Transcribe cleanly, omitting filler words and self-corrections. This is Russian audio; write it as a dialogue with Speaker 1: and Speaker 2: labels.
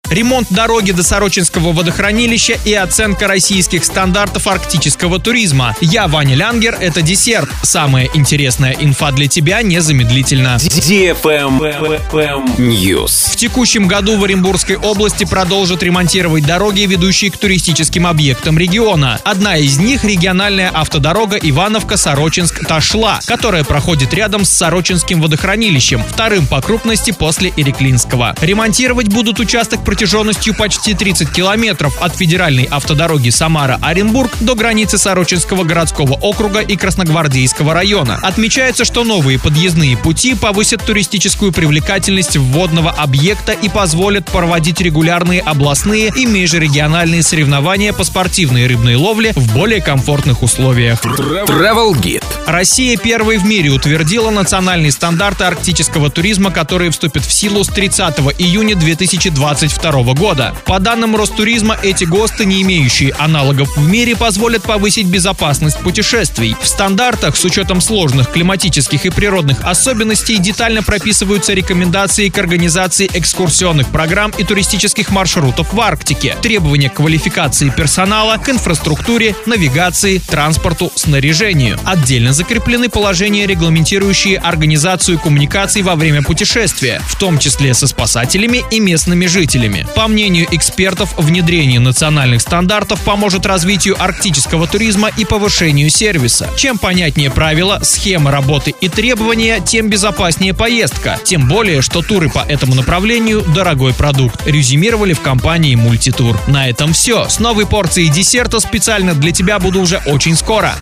Speaker 1: ремонт дороги до Сорочинского водохранилища и оценка российских стандартов арктического туризма. Я Ваня Лянгер, это десерт. Самая интересная инфа для тебя незамедлительно.
Speaker 2: News.
Speaker 1: В текущем году в Оренбургской области продолжат ремонтировать дороги, ведущие к туристическим объектам региона. Одна из них — региональная автодорога Ивановка-Сорочинск-Ташла, которая проходит рядом с Сорочинским водохранилищем, вторым по крупности после Иреклинского. Ремонтировать будут участок протяженностью почти 30 километров от федеральной автодороги Самара-Оренбург до границы Сорочинского городского округа и Красногвардейского района. Отмечается, что новые подъездные пути повысят туристическую привлекательность вводного объекта и позволят проводить регулярные областные и межрегиональные соревнования по спортивной рыбной ловле в более комфортных условиях.
Speaker 2: Travel Guide.
Speaker 1: Россия первой в мире утвердила национальные стандарты арктического туризма, которые вступят в силу с 30 июня 2022 года. По данным Ростуризма, эти ГОСТы, не имеющие аналогов в мире, позволят повысить безопасность путешествий. В стандартах, с учетом сложных климатических и природных особенностей, детально прописываются рекомендации к организации экскурсионных программ и туристических маршрутов в Арктике, требования к квалификации персонала, к инфраструктуре, навигации, транспорту, снаряжению. Отдельно закреплены положения, регламентирующие организацию коммуникаций во время путешествия, в том числе со спасателями и местными жителями. По мнению экспертов, внедрение национальных стандартов поможет развитию арктического туризма и повышению сервиса. Чем понятнее правила, схема работы и требования, тем безопаснее поездка. Тем более, что туры по этому направлению – дорогой продукт, резюмировали в компании Multitour. На этом все. С новой порцией десерта специально для тебя буду уже очень скоро.